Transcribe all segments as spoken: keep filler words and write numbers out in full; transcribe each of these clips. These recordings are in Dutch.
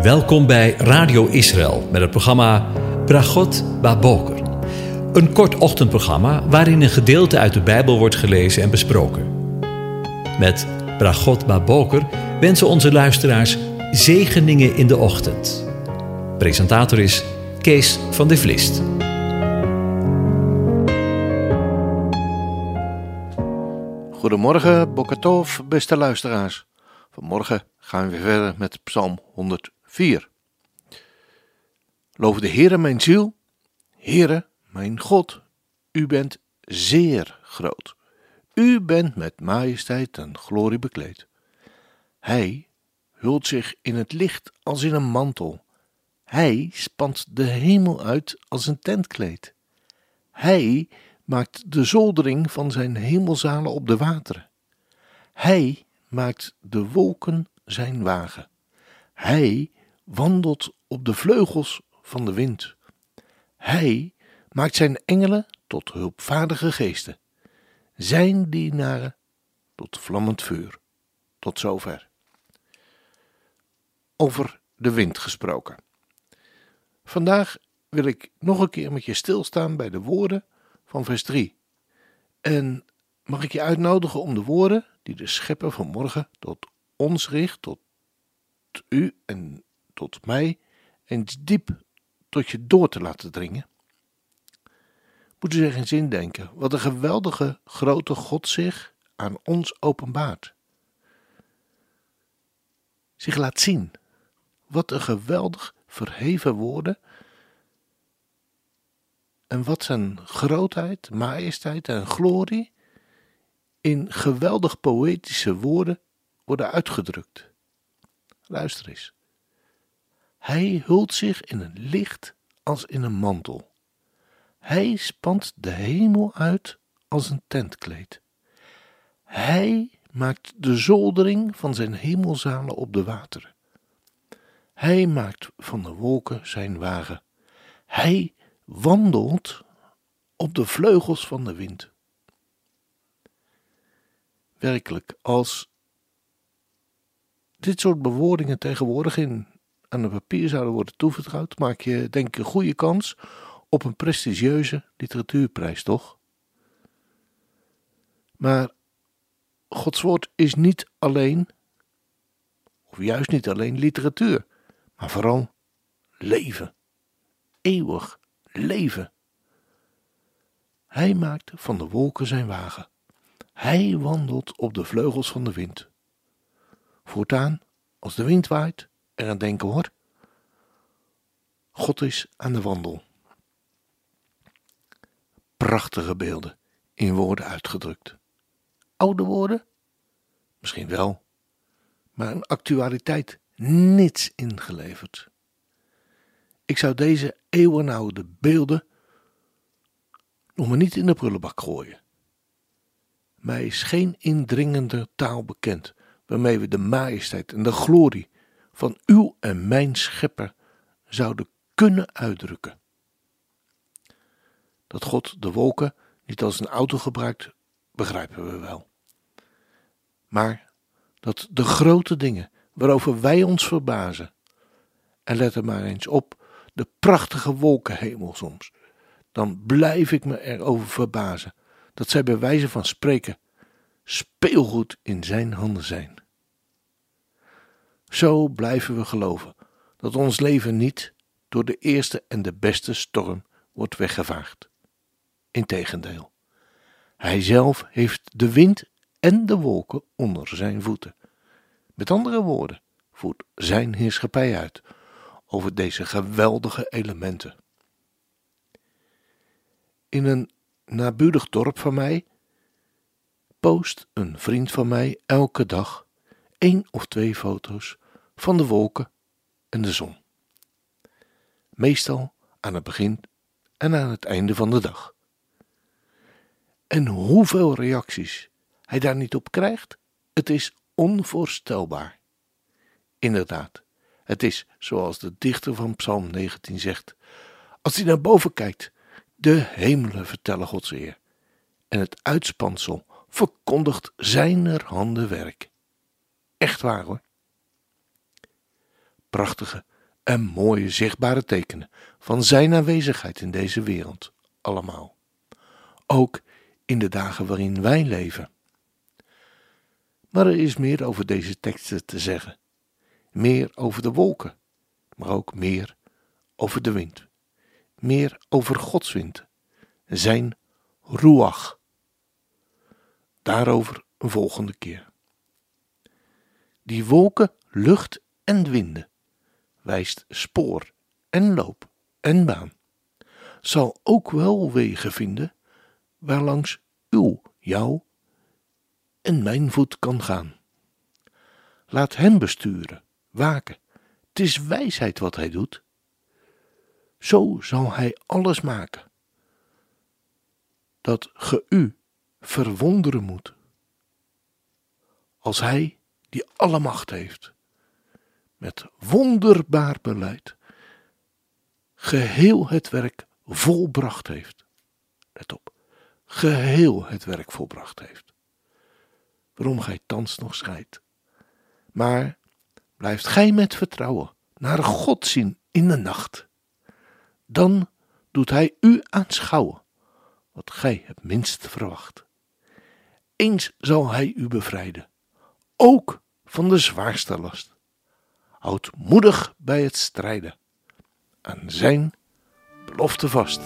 Welkom bij Radio Israël met het programma Brachot Baboker. Een kort ochtendprogramma waarin een gedeelte uit de Bijbel wordt gelezen en besproken. Met Brachot Baboker wensen onze luisteraars zegeningen in de ochtend. Presentator is Kees van de Vlist. Goedemorgen, Boker Tov, beste luisteraars. Vanmorgen gaan we weer verder met Psalm honderdvier. Loof de Heere mijn ziel, Heere mijn God, u bent zeer groot. U bent met majesteit en glorie bekleed. Hij hult zich in het licht als in een mantel. Hij spant de hemel uit als een tentkleed. Hij maakt de zoldering van zijn hemelzalen op de wateren. Hij maakt de wolken zijn wagen. Hij wandelt op de vleugels van de wind. Hij maakt zijn engelen tot hulpvaardige geesten, zijn dienaren tot vlammend vuur. Tot zover. Over de wind gesproken. Vandaag wil ik nog een keer met je stilstaan bij de woorden van vers drie. En mag ik je uitnodigen om de woorden die de Schepper vanmorgen tot ons richt, tot u en tot mij, eens diep tot je door te laten dringen. Moet u zich eens indenken wat een geweldige grote God zich aan ons openbaart. Zich laat zien. Wat een geweldig verheven woorden. En wat zijn grootheid, majesteit en glorie in geweldig poëtische woorden worden uitgedrukt. Luister eens. Hij hult zich in een licht als in een mantel. Hij spant de hemel uit als een tentkleed. Hij maakt de zoldering van zijn hemelzalen op de wateren. Hij maakt van de wolken zijn wagen. Hij wandelt op de vleugels van de wind. Werkelijk, als dit soort bewoordingen tegenwoordig in, aan een papier zouden worden toevertrouwd, maak je denk ik een goede kans op een prestigieuze literatuurprijs, toch? Maar Gods woord is niet alleen, of juist niet alleen literatuur, maar vooral leven. Eeuwig leven. Hij maakt van de wolken zijn wagen. Hij wandelt op de vleugels van de wind. Voortaan, als de wind waait, eraan denken hoor. God is aan de wandel. Prachtige beelden, in woorden uitgedrukt. Oude woorden? Misschien wel, maar in actualiteit niets ingeleverd. Ik zou deze eeuwenoude beelden nog maar niet in de prullenbak gooien. Mij is geen indringender taal bekend, waarmee we de majesteit en de glorie van uw en mijn Schepper zouden kunnen uitdrukken. Dat God de wolken niet als een auto gebruikt, begrijpen we wel. Maar dat de grote dingen waarover wij ons verbazen, en let er maar eens op, de prachtige wolkenhemel soms, dan blijf ik me erover verbazen dat zij bij wijze van spreken speelgoed in zijn handen zijn. Zo blijven we geloven dat ons leven niet door de eerste en de beste storm wordt weggevaagd. Integendeel, hij zelf heeft de wind en de wolken onder zijn voeten. Met andere woorden, voert zijn heerschappij uit over deze geweldige elementen. In een naburig dorp van mij post een vriend van mij elke dag één of twee foto's van de wolken en de zon. Meestal aan het begin en aan het einde van de dag. En hoeveel reacties hij daar niet op krijgt, het is onvoorstelbaar. Inderdaad, het is zoals de dichter van Psalm negentien zegt: als hij naar boven kijkt, de hemelen vertellen Gods eer, en het uitspansel verkondigt zijner handen werk. Echt waar hoor. Prachtige en mooie zichtbare tekenen van zijn aanwezigheid in deze wereld, allemaal. Ook in de dagen waarin wij leven. Maar er is meer over deze teksten te zeggen. Meer over de wolken, maar ook meer over de wind. Meer over Gods wind, zijn ruach. Daarover een volgende keer. Die wolken, lucht en winden wijst spoor en loop en baan. Zal ook wel wegen vinden waarlangs uw, jou en mijn voet kan gaan. Laat hem besturen, waken. Het is wijsheid wat hij doet. Zo zal hij alles maken, dat ge u verwonderen moet. Als hij, die alle macht heeft, met wonderbaar beleid, geheel het werk volbracht heeft. Let op, geheel het werk volbracht heeft. Waarom gij thans nog scheidt. Maar blijft gij met vertrouwen naar God zien in de nacht. Dan doet hij u aanschouwen wat gij het minst verwacht. Eens zal hij u bevrijden, ook van de zwaarste last. Houd moedig bij het strijden, aan zijn belofte vast.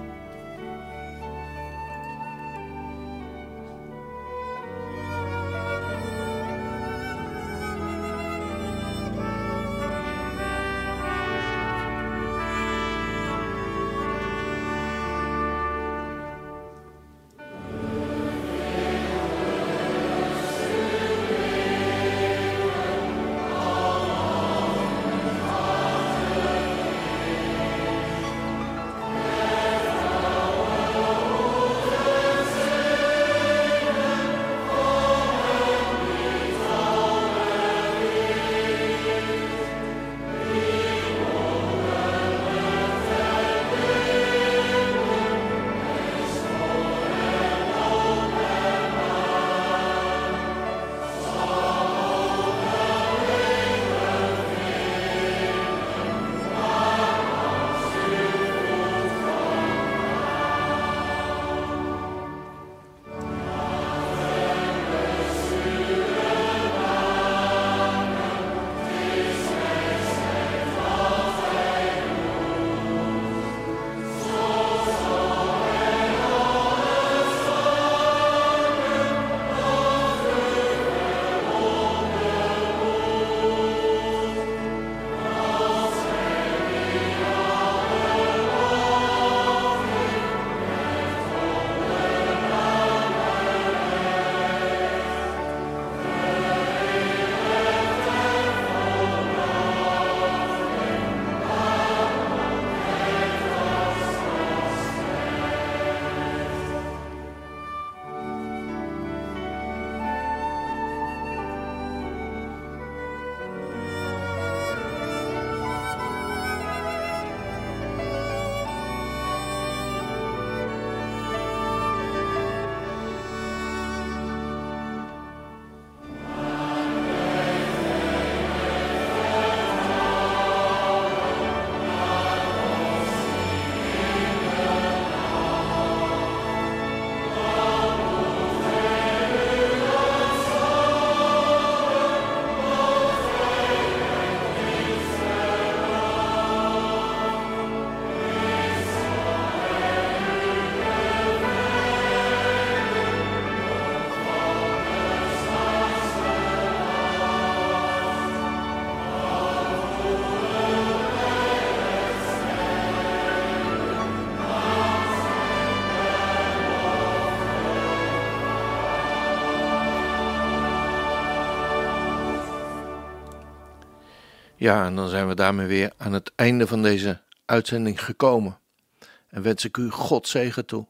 Ja, en dan zijn we daarmee weer aan het einde van deze uitzending gekomen. En wens ik u God zegen toe.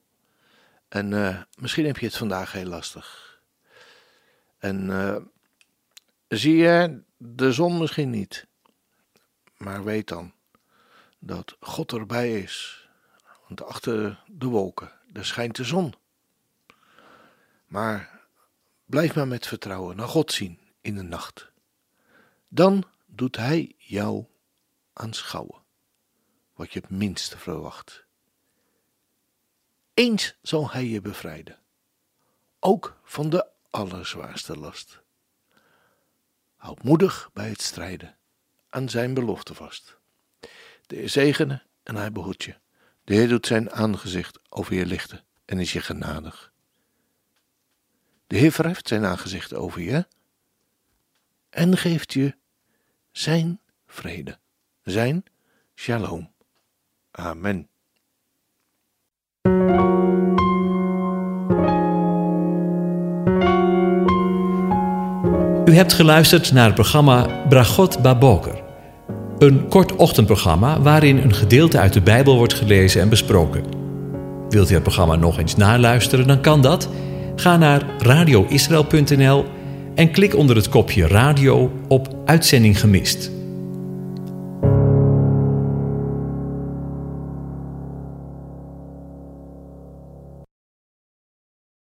En uh, misschien heb je het vandaag heel lastig. En uh, zie je de zon misschien niet. Maar weet dan dat God erbij is. Want achter de wolken, daar schijnt de zon. Maar blijf maar met vertrouwen naar God zien in de nacht. Dan doet Hij jou aanschouwen wat je het minste verwacht. Eens zal hij je bevrijden, ook van de allerzwaarste last. Houd moedig bij het strijden aan zijn belofte vast. De Heer zegene en hij behoedt je. De Heer doet zijn aangezicht over je lichten en is je genadig. De Heer verheft zijn aangezicht over je en geeft je zijn vrede, zijn shalom. Amen. U hebt geluisterd naar het programma Bragot Baboker. Een kort ochtendprogramma waarin een gedeelte uit de Bijbel wordt gelezen en besproken. Wilt u het programma nog eens naluisteren, dan kan dat. Ga naar radio israël punt n l en klik onder het kopje radio op Uitzending gemist.